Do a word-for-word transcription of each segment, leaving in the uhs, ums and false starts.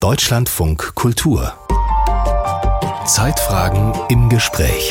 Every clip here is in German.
Deutschlandfunk Kultur. Zeitfragen im Gespräch.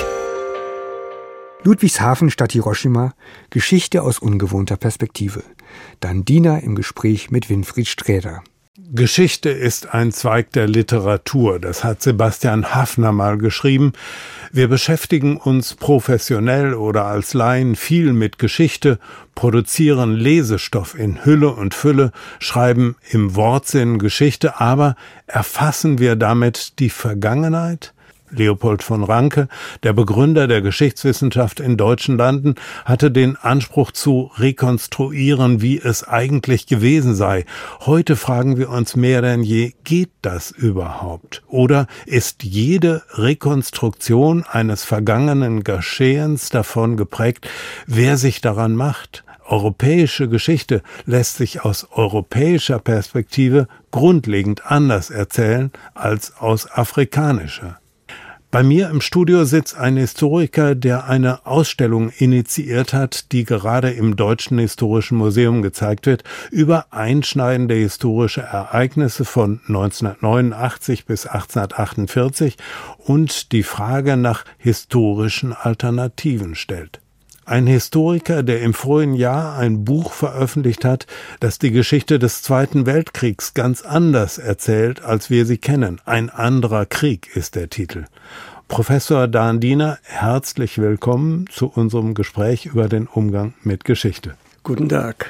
Ludwigshafen statt Hiroshima, Geschichte aus ungewohnter Perspektive. Dandina im Gespräch mit Winfried Sträder. Geschichte ist ein Zweig der Literatur, das hat Sebastian Haffner mal geschrieben. Wir beschäftigen uns professionell oder als Laien viel mit Geschichte, produzieren Lesestoff in Hülle und Fülle, schreiben im Wortsinn Geschichte, aber erfassen wir damit die Vergangenheit? Leopold von Ranke, der Begründer der Geschichtswissenschaft in deutschen Landen, hatte den Anspruch zu rekonstruieren, wie es eigentlich gewesen sei. Heute fragen wir uns mehr denn je, geht das überhaupt? Oder ist jede Rekonstruktion eines vergangenen Geschehens davon geprägt, wer sich daran macht? Europäische Geschichte lässt sich aus europäischer Perspektive grundlegend anders erzählen als aus afrikanischer. Bei mir im Studio sitzt ein Historiker, der eine Ausstellung initiiert hat, die gerade im Deutschen Historischen Museum gezeigt wird, über einschneidende historische Ereignisse von neunzehnhundertneunundachtzig bis achtzehnhundertachtundvierzig und die Frage nach historischen Alternativen stellt. Ein Historiker, der im vorigen Jahr ein Buch veröffentlicht hat, das die Geschichte des Zweiten Weltkriegs ganz anders erzählt, als wir sie kennen. Ein anderer Krieg ist der Titel. Professor Dandina, herzlich willkommen zu unserem Gespräch über den Umgang mit Geschichte. Guten Tag.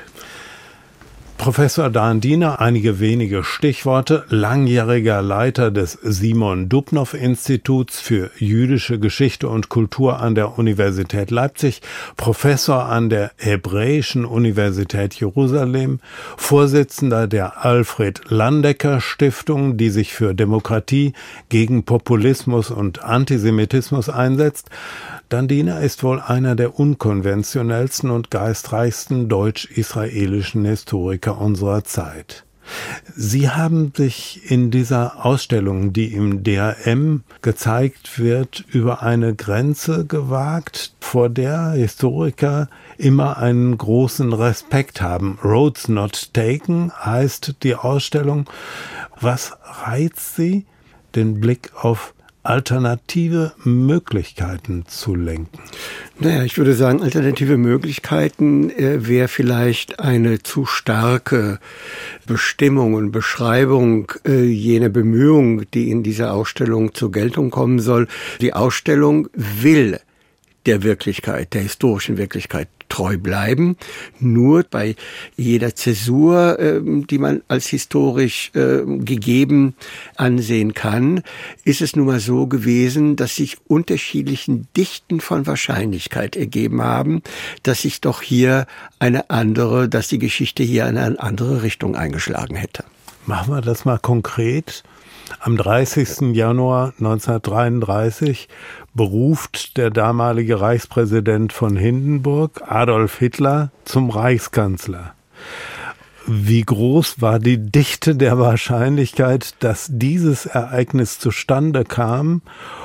Professor Dandina, einige wenige Stichworte: langjähriger Leiter des Simon Dubnow-Instituts für jüdische Geschichte und Kultur an der Universität Leipzig, Professor an der Hebräischen Universität Jerusalem, Vorsitzender der Alfred Landecker Stiftung, die sich für Demokratie, gegen Populismus und Antisemitismus einsetzt. Dandina ist wohl einer der unkonventionellsten und geistreichsten deutsch-israelischen Historiker unserer Zeit. Sie haben sich in dieser Ausstellung, die im D H M gezeigt wird, über eine Grenze gewagt, vor der Historiker immer einen großen Respekt haben. Roads Not Taken heißt die Ausstellung. Was reizt Sie, den Blick auf alternative Möglichkeiten zu lenken? Naja, ich würde sagen, alternative Möglichkeiten äh, wäre vielleicht eine zu starke Bestimmung und Beschreibung äh, jener Bemühung, die in dieser Ausstellung zur Geltung kommen soll. Die Ausstellung will der Wirklichkeit, der historischen Wirklichkeit treu bleiben. Nur bei jeder Zäsur, äh, die man als historisch äh, gegeben ansehen kann, ist es nun mal so gewesen, dass sich unterschiedlichen Dichten von Wahrscheinlichkeit ergeben haben, dass sich doch hier eine andere, dass die Geschichte hier in eine andere Richtung eingeschlagen hätte. Machen wir das mal konkret. Am dreißigsten Januar neunzehnhundertdreiunddreißig beruft der damalige Reichspräsident von Hindenburg, Adolf Hitler, zum Reichskanzler. Wie groß war die Dichte der Wahrscheinlichkeit, dass dieses Ereignis zustande kam?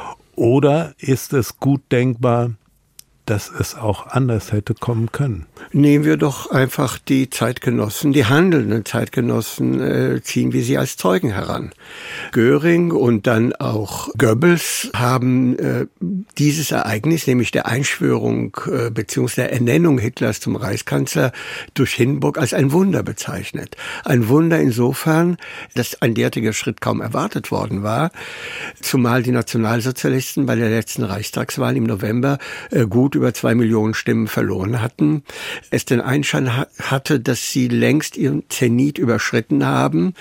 Oder ist es gut denkbar, dass es auch anders hätte kommen können? Nehmen wir doch einfach die Zeitgenossen, die handelnden Zeitgenossen, äh, ziehen wir sie als Zeugen heran. Göring und dann auch Goebbels haben äh, dieses Ereignis, nämlich der Einschwörung äh, bzw. der Ernennung Hitlers zum Reichskanzler durch Hindenburg, als ein Wunder bezeichnet. Ein Wunder insofern, dass ein derartiger Schritt kaum erwartet worden war, zumal die Nationalsozialisten bei der letzten Reichstagswahl im November äh, gut über zwei Millionen Stimmen verloren hatten, es den Anschein ha- hatte, dass sie längst ihren Zenit überschritten haben.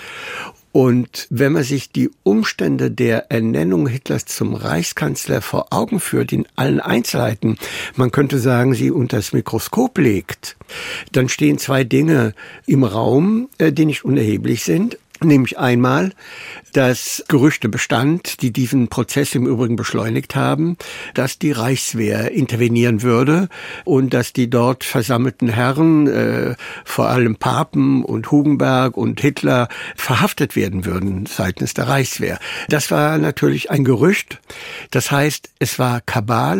Und wenn man sich die Umstände der Ernennung Hitlers zum Reichskanzler vor Augen führt, in allen Einzelheiten, man könnte sagen, sie unter das Mikroskop legt, dann stehen zwei Dinge im Raum, äh, die nicht unerheblich sind. Nämlich einmal, dass Gerüchte bestand, die diesen Prozess im Übrigen beschleunigt haben, dass die Reichswehr intervenieren würde und dass die dort versammelten Herren, äh, vor allem Papen und Hugenberg und Hitler, verhaftet werden würden seitens der Reichswehr. Das war natürlich ein Gerücht. Das heißt, es war Kabale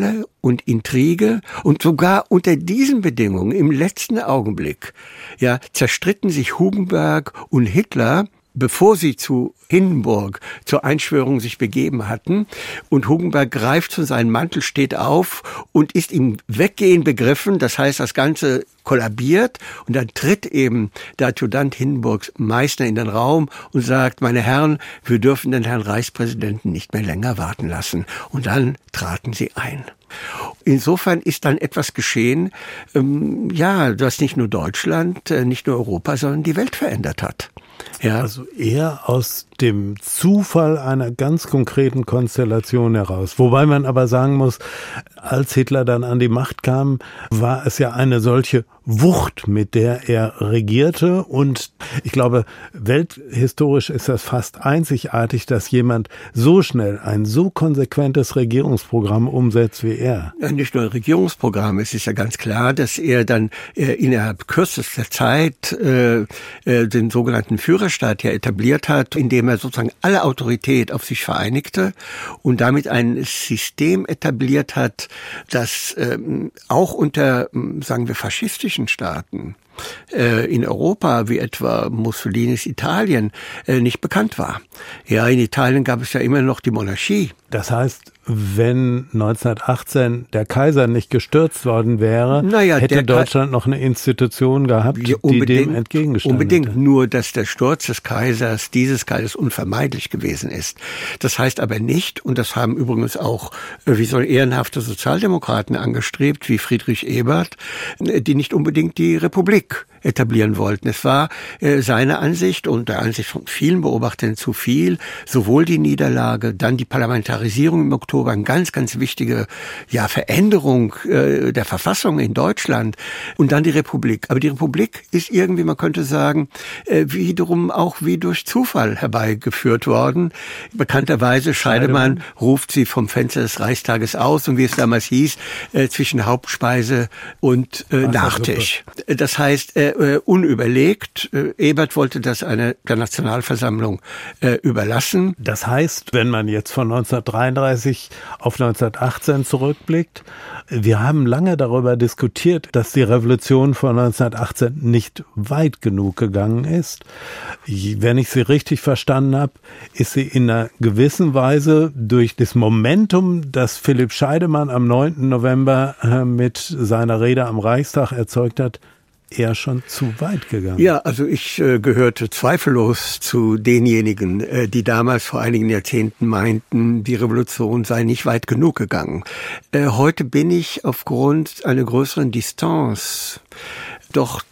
und Intrige, und sogar unter diesen Bedingungen im letzten Augenblick, ja, zerstritten sich Hugenberg und Hitler, bevor sie zu Hindenburg zur Einschwörung sich begeben hatten. Und Hugenberg greift zu seinem Mantel, steht auf und ist im Weggehen begriffen. Das heißt, das Ganze kollabiert. Und dann tritt eben der Adjutant Hindenburgs Meißner in den Raum und sagt, meine Herren, wir dürfen den Herrn Reichspräsidenten nicht mehr länger warten lassen. Und dann traten sie ein. Insofern ist dann etwas geschehen, ähm, ja, das nicht nur Deutschland, äh, nicht nur Europa, sondern die Welt verändert hat. Ja. Also eher aus dem Zufall einer ganz konkreten Konstellation heraus. Wobei man aber sagen muss, als Hitler dann an die Macht kam, war es ja eine solche Wucht, mit der er regierte. Und ich glaube, welthistorisch ist das fast einzigartig, dass jemand so schnell ein so konsequentes Regierungsprogramm umsetzt wie er. Ja, nicht nur ein Regierungsprogramm, es ist ja ganz klar, dass er dann äh, innerhalb kürzester Zeit äh, äh, den sogenannten Führerstaat ja etabliert hat, indem er sozusagen alle Autorität auf sich vereinigte und damit ein System etabliert hat, das ähm, auch unter, sagen wir, faschistischen Staaten äh, in Europa, wie etwa Mussolinis Italien, äh, nicht bekannt war. Ja, in Italien gab es ja immer noch die Monarchie. Das heißt, wenn neunzehnhundertachtzehn der Kaiser nicht gestürzt worden wäre, naja, hätte Deutschland noch eine Institution gehabt, ja, die dem entgegengestanden Unbedingt, hätte. Nur dass der Sturz des Kaisers, dieses Kaisers, unvermeidlich gewesen ist. Das heißt aber nicht, und das haben übrigens auch wie so ehrenhafte Sozialdemokraten angestrebt, wie Friedrich Ebert, die nicht unbedingt die Republik etablieren wollten. Es war äh, seine Ansicht und der Ansicht von vielen Beobachtern zu viel, sowohl die Niederlage, dann die Parlamentarisierung im Oktober, eine ganz, ganz wichtige ja, Veränderung äh, der Verfassung in Deutschland und dann die Republik. Aber die Republik ist irgendwie, man könnte sagen, äh, wiederum auch wie durch Zufall herbeigeführt worden. Bekannterweise, Scheidemann, Scheidemann ruft sie vom Fenster des Reichstages aus und wie es damals hieß, äh, zwischen Hauptspeise und äh, Nachtisch. Das heißt, äh, Äh, unüberlegt. Äh, Ebert wollte das einer der Nationalversammlung äh, überlassen. Das heißt, wenn man jetzt von neunzehnhundertdreiunddreißig auf neunzehnhundertachtzehn zurückblickt, wir haben lange darüber diskutiert, dass die Revolution von neunzehnhundertachtzehn nicht weit genug gegangen ist. Wenn ich sie richtig verstanden habe, ist sie in einer gewissen Weise durch das Momentum, das Philipp Scheidemann am neunten November äh, mit seiner Rede am Reichstag erzeugt hat, eher schon zu weit gegangen. Ja, also ich äh, gehörte zweifellos zu denjenigen, äh, die damals vor einigen Jahrzehnten meinten, die Revolution sei nicht weit genug gegangen. Äh, heute bin ich aufgrund einer größeren Distanz doch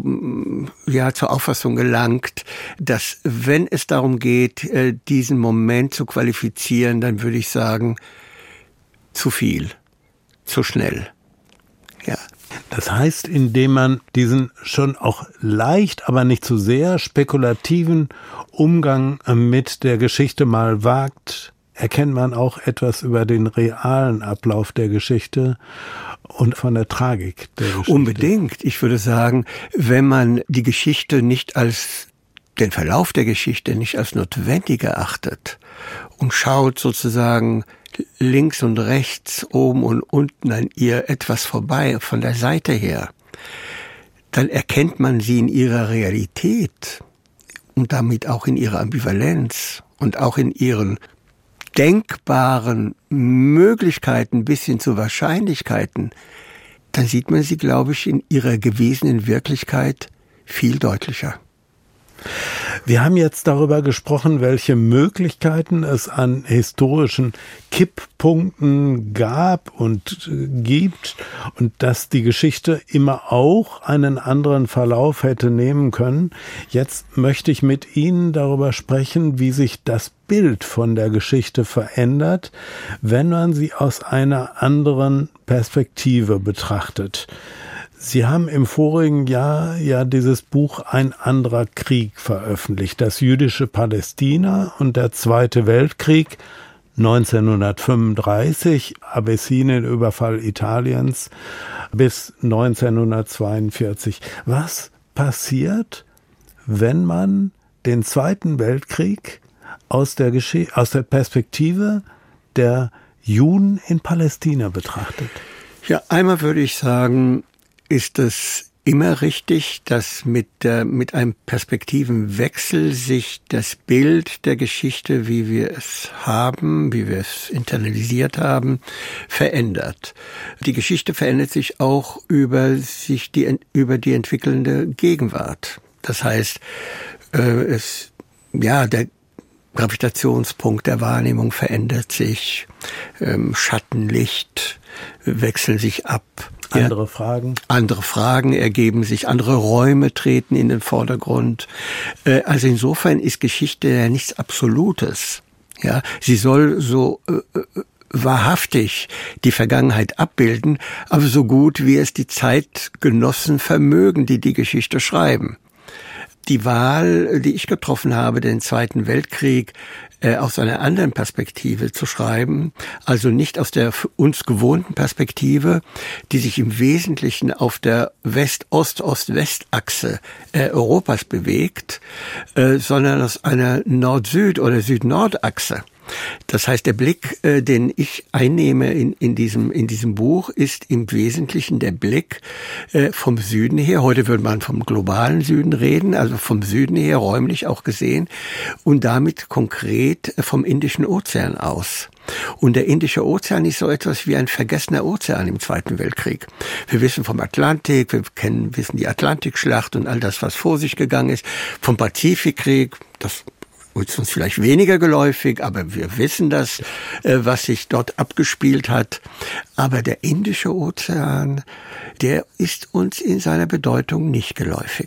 zu, ja, zur Auffassung gelangt, dass wenn es darum geht, äh, diesen Moment zu qualifizieren, dann würde ich sagen, zu viel, zu schnell. Ja. Das heißt, indem man diesen schon auch leicht, aber nicht zu sehr spekulativen Umgang mit der Geschichte mal wagt, erkennt man auch etwas über den realen Ablauf der Geschichte und von der Tragik der Geschichte. Unbedingt. Ich würde sagen, wenn man die Geschichte nicht als, den Verlauf der Geschichte nicht als notwendig erachtet und schaut sozusagen links und rechts, oben und unten an ihr etwas vorbei, von der Seite her, dann erkennt man sie in ihrer Realität und damit auch in ihrer Ambivalenz und auch in ihren denkbaren Möglichkeiten bis hin zu Wahrscheinlichkeiten, dann sieht man sie, glaube ich, in ihrer gewesenen Wirklichkeit viel deutlicher. Wir haben jetzt darüber gesprochen, welche Möglichkeiten es an historischen Kipppunkten gab und gibt und dass die Geschichte immer auch einen anderen Verlauf hätte nehmen können. Jetzt möchte ich mit Ihnen darüber sprechen, wie sich das Bild von der Geschichte verändert, wenn man sie aus einer anderen Perspektive betrachtet. Sie haben im vorigen Jahr ja dieses Buch Ein anderer Krieg veröffentlicht, das jüdische Palästina und der Zweite Weltkrieg neunzehnhundertfünfunddreißig, Abessiниenüberfall Italiens bis neunzehnhundertzweiundvierzig. Was passiert, wenn man den Zweiten Weltkrieg aus der Gesch- aus der Perspektive der Juden in Palästina betrachtet? Ja, einmal würde ich sagen, ist es immer richtig, dass mit, der, mit einem Perspektivenwechsel sich das Bild der Geschichte, wie wir es haben, wie wir es internalisiert haben, verändert. Die Geschichte verändert sich auch über sich die, über die entwickelnde Gegenwart. Das heißt, äh, es, ja, der Gravitationspunkt der Wahrnehmung verändert sich, ähm, Schatten, Licht wechseln sich ab. Andere Fragen? Andere Fragen ergeben sich, andere Räume treten in den Vordergrund. Also insofern ist Geschichte ja nichts Absolutes. Ja, sie soll so äh, wahrhaftig die Vergangenheit abbilden, aber so gut wie es die Zeitgenossen vermögen, die die Geschichte schreiben. Die Wahl, die ich getroffen habe, den Zweiten Weltkrieg äh, aus einer anderen Perspektive zu schreiben, also nicht aus der für uns gewohnten Perspektive, die sich im Wesentlichen auf der West-Ost-Ost-West-Achse äh, Europas bewegt, äh, sondern aus einer Nord-Süd- oder Süd-Nord-Achse. Das heißt, der Blick, äh, den ich einnehme in, in diesem, in diesem Buch, ist im Wesentlichen der Blick äh, vom Süden her. Heute würde man vom globalen Süden reden, also vom Süden her räumlich auch gesehen und damit konkret vom Indischen Ozean aus. Und der Indische Ozean ist so etwas wie ein vergessener Ozean im Zweiten Weltkrieg. Wir wissen vom Atlantik, wir kennen, wissen die Atlantikschlacht und all das, was vor sich gegangen ist. Vom Pazifikkrieg, das ist uns vielleicht weniger geläufig, aber wir wissen das, was sich dort abgespielt hat. Aber der Indische Ozean, der ist uns in seiner Bedeutung nicht geläufig.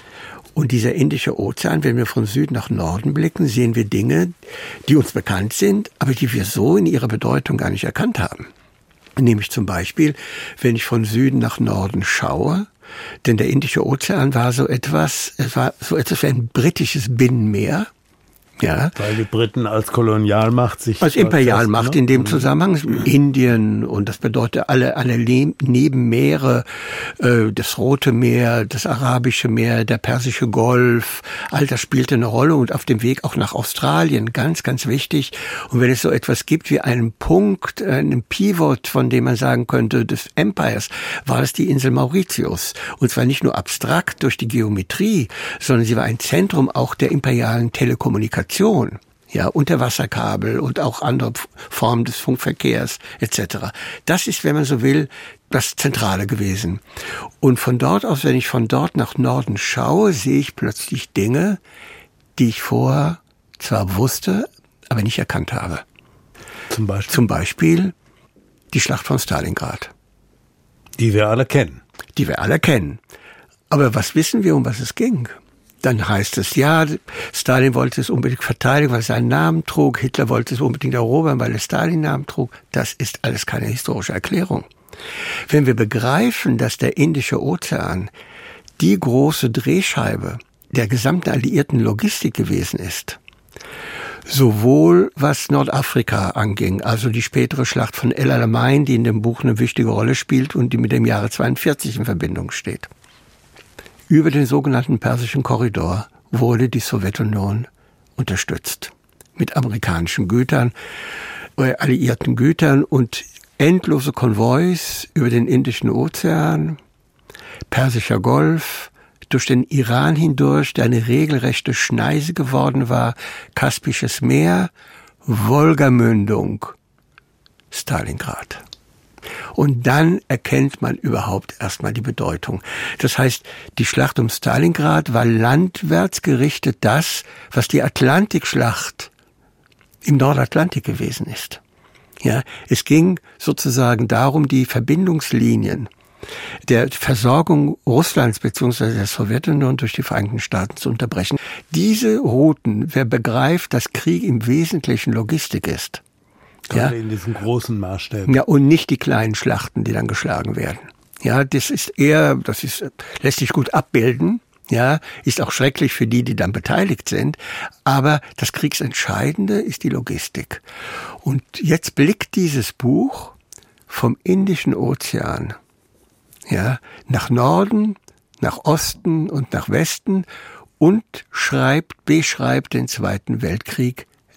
Und dieser Indische Ozean, wenn wir von Süden nach Norden blicken, sehen wir Dinge, die uns bekannt sind, aber die wir so in ihrer Bedeutung gar nicht erkannt haben. Nämlich zum Beispiel, wenn ich von Süden nach Norden schaue, denn der Indische Ozean war so etwas, es war so etwas wie ein britisches Binnenmeer. Ja. Weil die Briten als Kolonialmacht sich... Als Imperialmacht in dem Zusammenhang, mhm. Indien, und das bedeutet alle, alle Nebenmeere, äh, das Rote Meer, das Arabische Meer, der Persische Golf, all das spielte eine Rolle und auf dem Weg auch nach Australien, ganz, ganz wichtig. Und wenn es so etwas gibt wie einen Punkt, einen Pivot, von dem man sagen könnte, des Empires, war es die Insel Mauritius. Und zwar nicht nur abstrakt durch die Geometrie, sondern sie war ein Zentrum auch der imperialen Telekommunikation. Ja, Unterwasserkabel und auch andere Formen des Funkverkehrs et cetera. Das ist, wenn man so will, das Zentrale gewesen. Und von dort aus, wenn ich von dort nach Norden schaue, sehe ich plötzlich Dinge, die ich vorher zwar wusste, aber nicht erkannt habe. Zum Beispiel? Zum Beispiel die Schlacht von Stalingrad. Die wir alle kennen. Die wir alle kennen. Aber was wissen wir, um was es ging? Dann heißt es, ja, Stalin wollte es unbedingt verteidigen, weil es seinen Namen trug. Hitler wollte es unbedingt erobern, weil es Stalin-Namen trug. Das ist alles keine historische Erklärung. Wenn wir begreifen, dass der Indische Ozean die große Drehscheibe der gesamten alliierten Logistik gewesen ist, sowohl was Nordafrika anging, also die spätere Schlacht von El Alamein, die in dem Buch eine wichtige Rolle spielt und die mit dem Jahre zweiundvierzig in Verbindung steht. Über den sogenannten Persischen Korridor wurde die Sowjetunion unterstützt. Mit amerikanischen Gütern, äh, alliierten Gütern und endlose Konvois über den Indischen Ozean, Persischer Golf, durch den Iran hindurch, der eine regelrechte Schneise geworden war, Kaspisches Meer, Wolgamündung, Stalingrad. Und dann erkennt man überhaupt erstmal die Bedeutung. Das heißt, die Schlacht um Stalingrad war landwärts gerichtet das, was die Atlantikschlacht im Nordatlantik gewesen ist. Ja, es ging sozusagen darum, die Verbindungslinien der Versorgung Russlands bzw. der Sowjetunion durch die Vereinigten Staaten zu unterbrechen. Diese Routen, wer begreift, dass Krieg im Wesentlichen Logistik ist, ja, ja, in diesen großen Maßstäben. Ja, und nicht die kleinen Schlachten, die dann geschlagen werden. Ja, das ist eher, das ist, lässt sich gut abbilden. Ja, ist auch schrecklich für die, die dann beteiligt sind. Aber das Kriegsentscheidende ist die Logistik. Und jetzt blickt dieses Buch vom Indischen Ozean, ja, nach Norden, nach Osten und nach Westen und schreibt, beschreibt den Zweiten Weltkrieg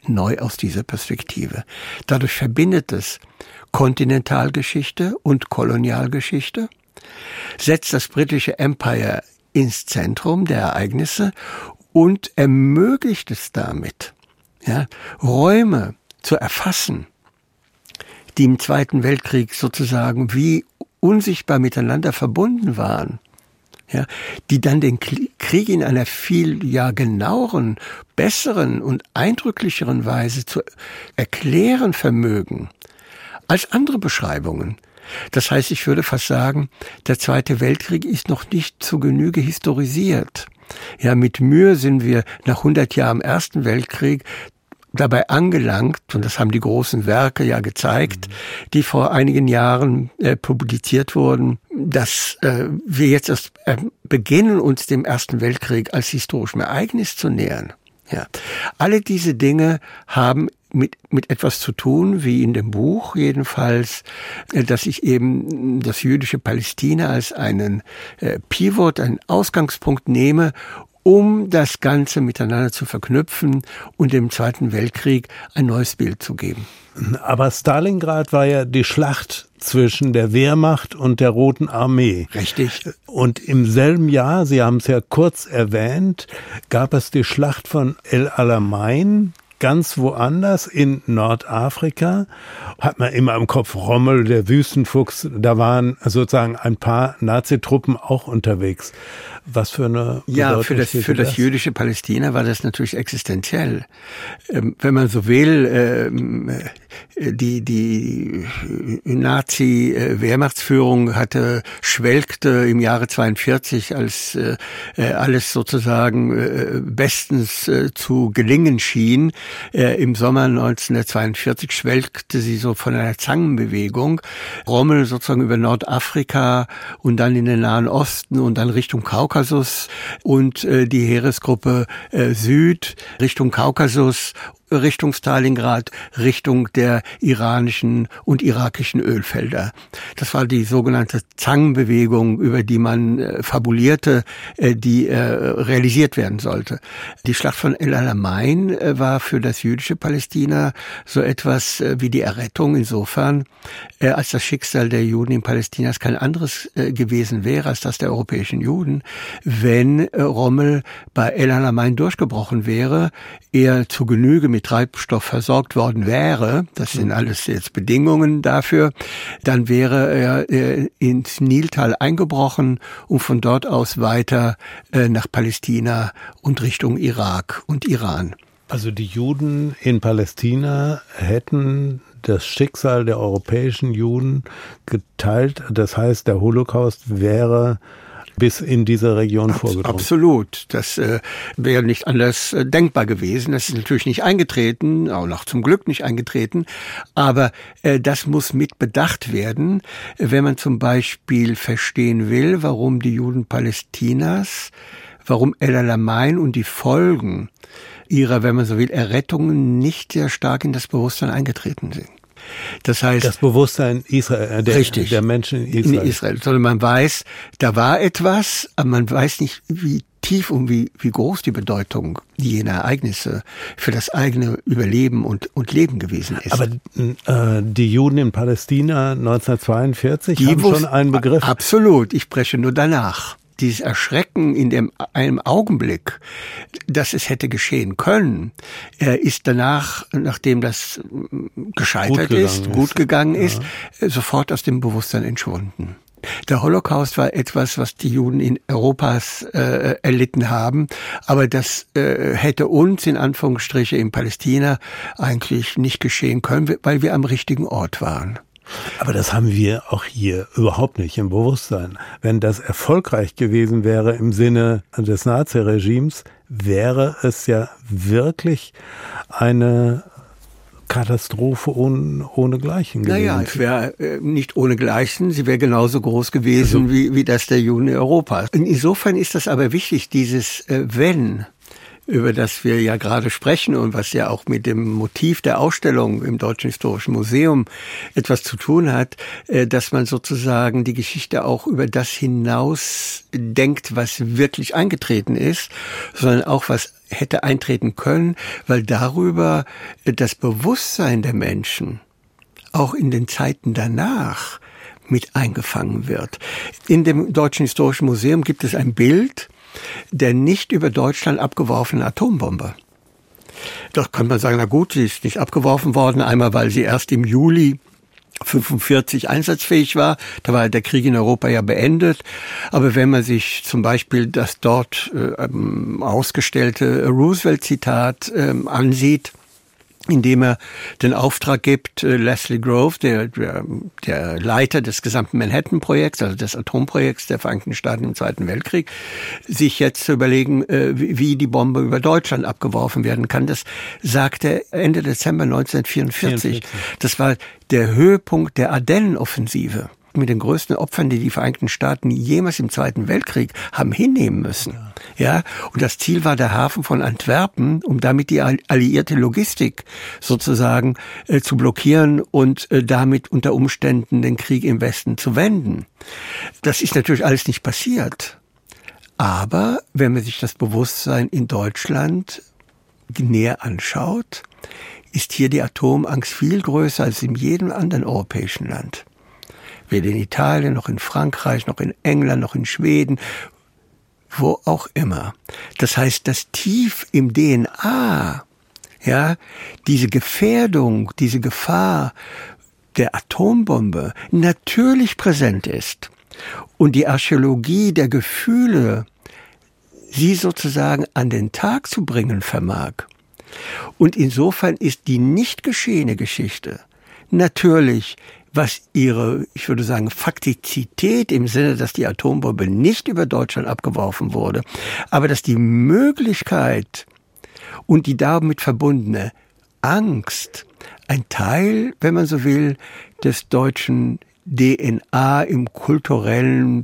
neu aus dieser Perspektive. Dadurch verbindet es Kontinentalgeschichte und Kolonialgeschichte, setzt das britische Empire ins Zentrum der Ereignisse und ermöglicht es damit, ja, Räume zu erfassen, die im Zweiten Weltkrieg sozusagen wie unsichtbar miteinander verbunden waren, ja, die dann den Krieg in einer viel ja genaueren, besseren und eindrücklicheren Weise zu erklären vermögen als andere Beschreibungen. Das heißt, ich würde fast sagen, der Zweite Weltkrieg ist noch nicht zu Genüge historisiert. Ja, mit Mühe sind wir nach hundert Jahren Ersten Weltkrieg dabei angelangt, und das haben die großen Werke ja gezeigt, mhm. die vor einigen Jahren äh, publiziert wurden, dass äh, wir jetzt erst äh, beginnen, uns dem Ersten Weltkrieg als historischem Ereignis zu nähern. Ja, alle diese Dinge haben mit mit etwas zu tun, wie in dem Buch jedenfalls, äh, dass ich eben das jüdische Palästina als einen äh, Pivot, einen Ausgangspunkt nehme, um das Ganze miteinander zu verknüpfen und dem Zweiten Weltkrieg ein neues Bild zu geben. Aber Stalingrad war ja die Schlacht zwischen der Wehrmacht und der Roten Armee. Richtig. Und im selben Jahr, Sie haben es ja kurz erwähnt, gab es die Schlacht von El Alamein, ganz woanders in Nordafrika. Hat man immer im Kopf Rommel, der Wüstenfuchs, da waren sozusagen ein paar Nazitruppen auch unterwegs. Was für eine Ja, für das, für das, das jüdische Palästina war das natürlich existenziell. Ähm, wenn man so will, ähm, die, die Nazi-Wehrmachtsführung hatte, schwelgte im Jahre zweiundvierzig, als äh, alles sozusagen äh, bestens äh, zu gelingen schien. Äh, Im Sommer neunzehnhundertzweiundvierzig schwelgte sie so von einer Zangenbewegung. Rommel sozusagen über Nordafrika und dann in den Nahen Osten und dann Richtung Kaukasus und äh, die Heeresgruppe äh, Süd Richtung Kaukasus, Richtung Stalingrad, Richtung der iranischen und irakischen Ölfelder. Das war die sogenannte Zangenbewegung, über die man äh, fabulierte, äh, die äh, realisiert werden sollte. Die Schlacht von El Alamein äh, war für das jüdische Palästina so etwas äh, wie die Errettung insofern, äh, als das Schicksal der Juden in Palästina kein anderes äh, gewesen wäre als das der europäischen Juden, wenn äh, Rommel bei El Alamein durchgebrochen wäre, er zu Genüge mit Treibstoff versorgt worden wäre, das sind alles jetzt Bedingungen dafür, dann wäre er äh, ins Niltal eingebrochen und von dort aus weiter äh, nach Palästina und Richtung Irak und Iran. Also die Juden in Palästina hätten das Schicksal der europäischen Juden geteilt, das heißt, der Holocaust wäre bis in diese Region vorgedrungen. Absolut. Das äh, wäre nicht anders äh, denkbar gewesen. Das ist natürlich nicht eingetreten, auch noch zum Glück nicht eingetreten. Aber äh, das muss mit bedacht werden, wenn man zum Beispiel verstehen will, warum die Juden Palästinas, warum El Alamein und die Folgen ihrer, wenn man so will, Errettungen nicht sehr stark in das Bewusstsein eingetreten sind. Das heißt, das Bewusstsein Israel, der, richtig, der Menschen in Israel. In Israel. Sondern man weiß, da war etwas, aber man weiß nicht, wie tief und wie, wie groß die Bedeutung jener Ereignisse für das eigene Überleben und, und Leben gewesen ist. Aber äh, die Juden in Palästina neunzehnhundertzweiundvierzig die haben schon einen Begriff. Absolut, ich spreche nur danach. Dieses Erschrecken in dem, einem Augenblick, dass es hätte geschehen können, ist danach, nachdem das gescheitert gut ist, ist, gut gegangen ja. ist, sofort aus dem Bewusstsein entschwunden. Der Holocaust war etwas, was die Juden in Europas äh, erlitten haben, aber das äh, hätte uns in Anführungsstriche in Palästina eigentlich nicht geschehen können, weil wir am richtigen Ort waren. Aber das haben wir auch hier überhaupt nicht im Bewusstsein. Wenn das erfolgreich gewesen wäre im Sinne des Naziregimes, wäre es ja wirklich eine Katastrophe ohne, ohnegleichen gewesen. Naja, es wäre äh, nicht ohnegleichen, sie wäre genauso groß gewesen also, wie, wie das der Juden in Europa. Insofern ist das aber wichtig, dieses äh, Wenn, über das wir ja gerade sprechen und was ja auch mit dem Motiv der Ausstellung im Deutschen Historischen Museum etwas zu tun hat, dass man sozusagen die Geschichte auch über das hinaus denkt, was wirklich eingetreten ist, sondern auch was hätte eintreten können, weil darüber das Bewusstsein der Menschen auch in den Zeiten danach mit eingefangen wird. In dem Deutschen Historischen Museum gibt es ein Bild der nicht über Deutschland abgeworfenen Atombombe. Doch kann man sagen, na gut, sie ist nicht abgeworfen worden, einmal weil sie erst im Juli fünfundvierzig einsatzfähig war. Da war der Krieg in Europa ja beendet. Aber wenn man sich zum Beispiel das dort äh, ausgestellte Roosevelt-Zitat äh, ansieht, indem er den Auftrag gibt, äh, Leslie Groves, der, der, der Leiter des gesamten Manhattan-Projekts, also des Atomprojekts der Vereinigten Staaten im Zweiten Weltkrieg, sich jetzt zu überlegen, äh, wie die Bombe über Deutschland abgeworfen werden kann. Das sagt er Ende Dezember neunzehnhundertvierundvierzig. vierundvierzig. Das war der Höhepunkt der Ardennen-Offensive. Mit den größten Opfern, die die Vereinigten Staaten jemals im Zweiten Weltkrieg haben hinnehmen müssen. Ja. ja, und das Ziel war der Hafen von Antwerpen, um damit die alliierte Logistik sozusagen äh, zu blockieren und äh, damit unter Umständen den Krieg im Westen zu wenden. Das ist natürlich alles nicht passiert. Aber wenn man sich das Bewusstsein in Deutschland näher anschaut, ist hier die Atomangst viel größer als in jedem anderen europäischen Land. Weder in Italien, noch in Frankreich, noch in England, noch in Schweden, wo auch immer. Das heißt, dass tief im D N A, ja, diese Gefährdung, diese Gefahr der Atombombe natürlich präsent ist und die Archäologie der Gefühle sie sozusagen an den Tag zu bringen vermag. Und insofern ist die nicht geschehene Geschichte natürlich, was ihre, ich würde sagen, Faktizität im Sinne, dass die Atombombe nicht über Deutschland abgeworfen wurde, aber dass die Möglichkeit und die damit verbundene Angst ein Teil, wenn man so will, des deutschen D N A im kulturellen,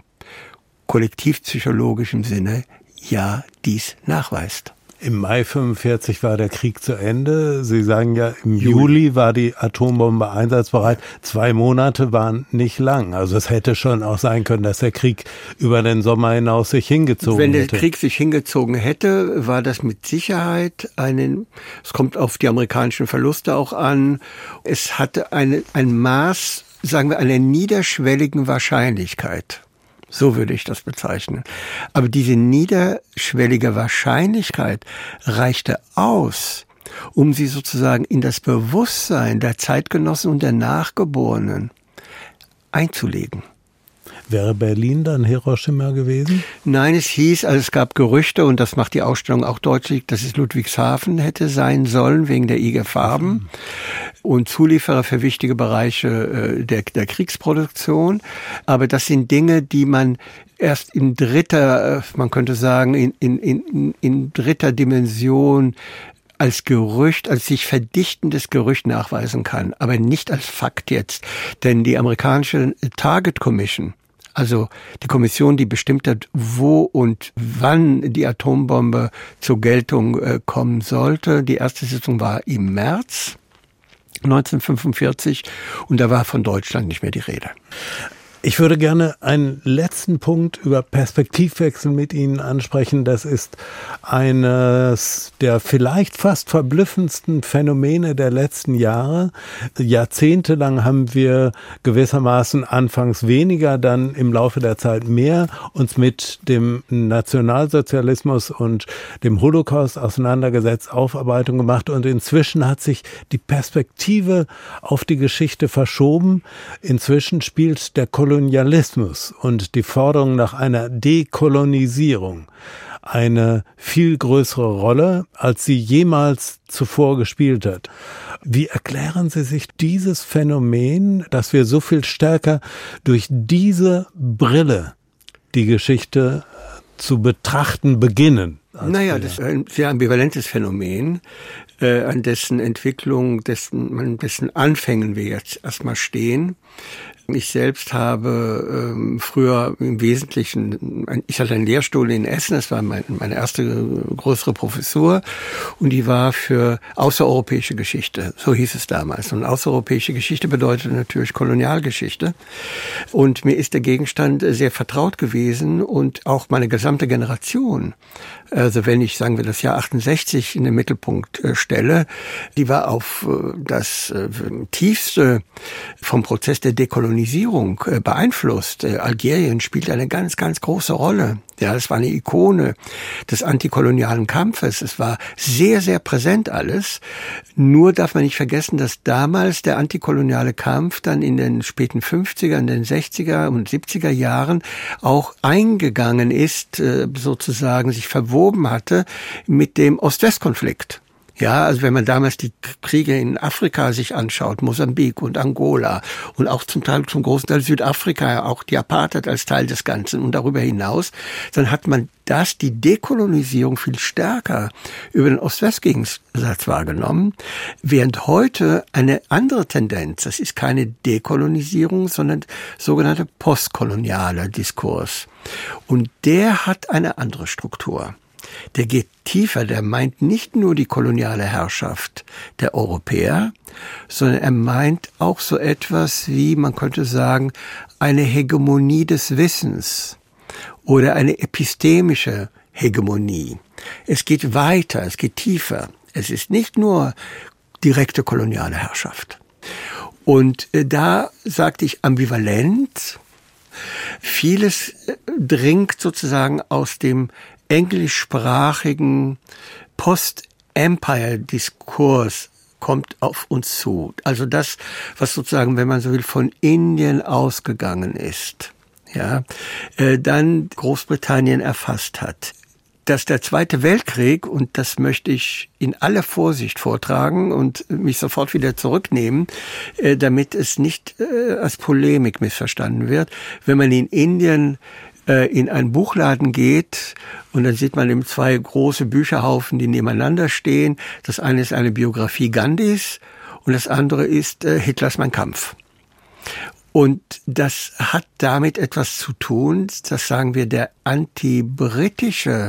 kollektivpsychologischen Sinne ja dies nachweist. Im Mai fünfundvierzig war der Krieg zu Ende. Sie sagen ja, im Juli, Juli war die Atombombe einsatzbereit. Zwei Monate waren nicht lang. Also es hätte schon auch sein können, dass der Krieg über den Sommer hinaus sich hingezogen hätte. Wenn der Krieg sich hingezogen hätte, war das mit Sicherheit einen, es kommt auf die amerikanischen Verluste auch an, es hatte eine, ein Maß, sagen wir, einer niederschwelligen Wahrscheinlichkeit. So würde ich das bezeichnen. Aber diese niederschwellige Wahrscheinlichkeit reichte aus, um sie sozusagen in das Bewusstsein der Zeitgenossen und der Nachgeborenen einzulegen. Wäre Berlin dann Hiroshima gewesen? Nein, es hieß, also es gab Gerüchte, und das macht die Ausstellung auch deutlich, dass es Ludwigshafen hätte sein sollen, wegen der I G Farben mhm. und Zulieferer für wichtige Bereiche der, der Kriegsproduktion. Aber das sind Dinge, die man erst in dritter, man könnte sagen, in, in, in, in dritter Dimension als Gerücht, als sich verdichtendes Gerücht nachweisen kann, aber nicht als Fakt jetzt. Denn die amerikanische Target Commission, also die Kommission, die bestimmt hat, wo und wann die Atombombe zur Geltung äh, kommen sollte. Die erste Sitzung war im März neunzehnhundertfünfundvierzig und da war von Deutschland nicht mehr die Rede. Ich würde gerne einen letzten Punkt über Perspektivwechsel mit Ihnen ansprechen. Das ist eines der vielleicht fast verblüffendsten Phänomene der letzten Jahre. Jahrzehntelang haben wir gewissermaßen anfangs weniger, dann im Laufe der Zeit mehr uns mit dem Nationalsozialismus und dem Holocaust auseinandergesetzt, Aufarbeitung gemacht, und inzwischen hat sich die Perspektive auf die Geschichte verschoben. Inzwischen spielt der Kolonialismus und die Forderung nach einer Dekolonisierung eine viel größere Rolle, als sie jemals zuvor gespielt hat. Wie erklären Sie sich dieses Phänomen, dass wir so viel stärker durch diese Brille die Geschichte zu betrachten beginnen? Naja, das ist ein sehr ambivalentes Phänomen, äh, an dessen Entwicklung, dessen, an dessen Anfängen wir jetzt erstmal stehen. Ich selbst habe ähm, früher im Wesentlichen, ich hatte einen Lehrstuhl in Essen, das war mein, meine erste größere Professur und die war für außereuropäische Geschichte, so hieß es damals. Und außereuropäische Geschichte bedeutet natürlich Kolonialgeschichte. Und mir ist der Gegenstand sehr vertraut gewesen und auch meine gesamte Generation. Also wenn ich, sagen wir, das Jahr achtundsechzig in den Mittelpunkt äh, stelle, die war auf äh, das äh, tiefste vom Prozess der Dekolonisierung äh, beeinflusst. Äh, Algerien spielt eine ganz, ganz große Rolle. Ja, es war eine Ikone des antikolonialen Kampfes. Es war sehr, sehr präsent alles. Nur darf man nicht vergessen, dass damals der antikoloniale Kampf dann in den späten fünfziger, in den sechziger und siebziger Jahren auch eingegangen ist, äh, sozusagen sich verwoben hatte mit dem Ost-West-Konflikt. Ja, also wenn man damals die Kriege in Afrika sich anschaut, Mosambik und Angola und auch zum Teil, zum großen Teil Südafrika, auch die Apartheid als Teil des Ganzen und darüber hinaus, dann hat man das, die Dekolonisierung viel stärker über den Ost-West-Gegensatz wahrgenommen, während heute eine andere Tendenz, das ist keine Dekolonisierung, sondern sogenannte postkolonialer Diskurs. Und der hat eine andere Struktur. Der geht tiefer, der meint nicht nur die koloniale Herrschaft der Europäer, sondern er meint auch so etwas wie, man könnte sagen, eine Hegemonie des Wissens oder eine epistemische Hegemonie. Es geht weiter, es geht tiefer. Es ist nicht nur direkte koloniale Herrschaft. Und da sagte ich ambivalent, vieles dringt sozusagen aus dem englischsprachigen Post-Empire-Diskurs kommt auf uns zu. Also das, was sozusagen, wenn man so will, von Indien ausgegangen ist, ja, äh, dann Großbritannien erfasst hat. Dass der Zweite Weltkrieg, und das möchte ich in aller Vorsicht vortragen und mich sofort wieder zurücknehmen, äh, damit es nicht äh, als Polemik missverstanden wird, wenn man in Indien in einen Buchladen geht und dann sieht man eben zwei große Bücherhaufen, die nebeneinander stehen. Das eine ist eine Biografie Gandhis und das andere ist äh, Hitlers Mein Kampf. Und das hat damit etwas zu tun, das sagen wir der antibritische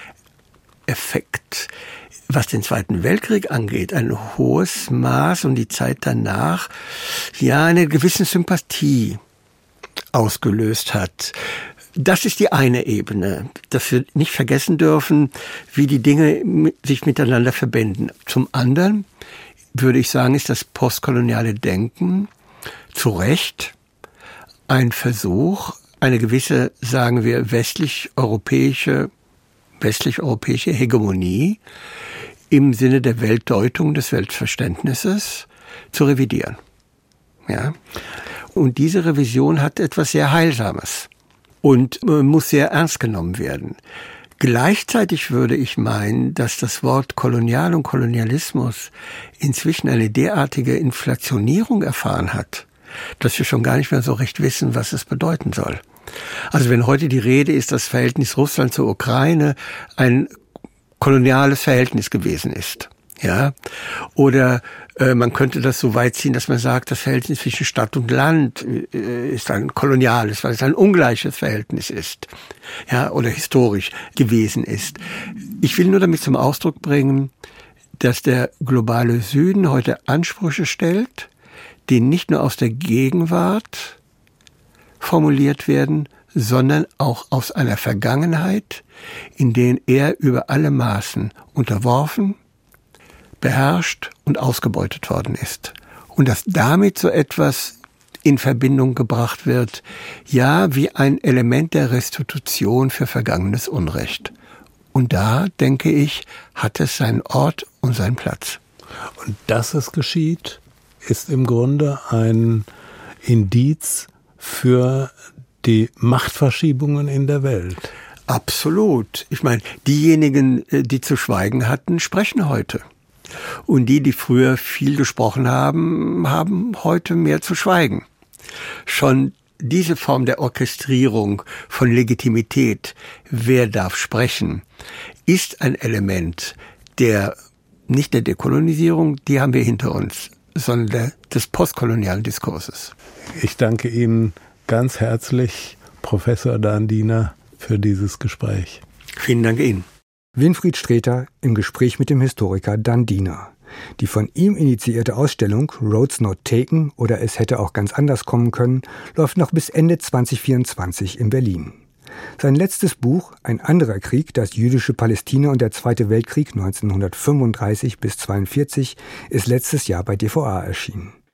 Effekt, was den Zweiten Weltkrieg angeht, ein hohes Maß und die Zeit danach, ja, eine gewisse Sympathie ausgelöst hat. Das ist die eine Ebene, dass wir nicht vergessen dürfen, wie die Dinge sich miteinander verbinden. Zum anderen würde ich sagen, ist das postkoloniale Denken zu Recht ein Versuch, eine gewisse, sagen wir, westlich-europäische, westlich-europäische Hegemonie im Sinne der Weltdeutung, des Weltverständnisses zu revidieren. Ja? Und diese Revision hat etwas sehr Heilsames und muss sehr ernst genommen werden. Gleichzeitig würde ich meinen, dass das Wort Kolonial und Kolonialismus inzwischen eine derartige Inflationierung erfahren hat, dass wir schon gar nicht mehr so recht wissen, was es bedeuten soll. Also wenn heute die Rede ist, das Verhältnis Russland zur Ukraine ein koloniales Verhältnis gewesen ist, ja, oder äh, man könnte das so weit ziehen, dass man sagt, das Verhältnis zwischen Stadt und Land äh, ist ein koloniales, weil es ein ungleiches Verhältnis ist, ja, oder historisch gewesen ist. Ich will nur damit zum Ausdruck bringen, dass der globale Süden heute Ansprüche stellt, die nicht nur aus der Gegenwart formuliert werden, sondern auch aus einer Vergangenheit, in der er über alle Maßen unterworfen, beherrscht und ausgebeutet worden ist. Und dass damit so etwas in Verbindung gebracht wird, ja, wie ein Element der Restitution für vergangenes Unrecht. Und da, denke ich, hat es seinen Ort und seinen Platz. Und dass es geschieht, ist im Grunde ein Indiz für die Machtverschiebungen in der Welt. Absolut. Ich meine, diejenigen, die zu schweigen hatten, sprechen heute. Und die, die früher viel gesprochen haben, haben heute mehr zu schweigen. Schon diese Form der Orchestrierung von Legitimität, wer darf sprechen, ist ein Element der, nicht der Dekolonisierung, die haben wir hinter uns, sondern der, des postkolonialen Diskurses. Ich danke Ihnen ganz herzlich, Professor Dan Diener, für dieses Gespräch. Vielen Dank Ihnen. Winfried Sträter im Gespräch mit dem Historiker Dan Diener. Die von ihm initiierte Ausstellung Roads Not Taken oder Es hätte auch ganz anders kommen können, läuft noch bis Ende zwanzig vierundzwanzig in Berlin. Sein letztes Buch, Ein anderer Krieg, das jüdische Palästina und der Zweite Weltkrieg neunzehnhundertfünfunddreißig bis zweiundvierzig, ist letztes Jahr bei D V A erschienen.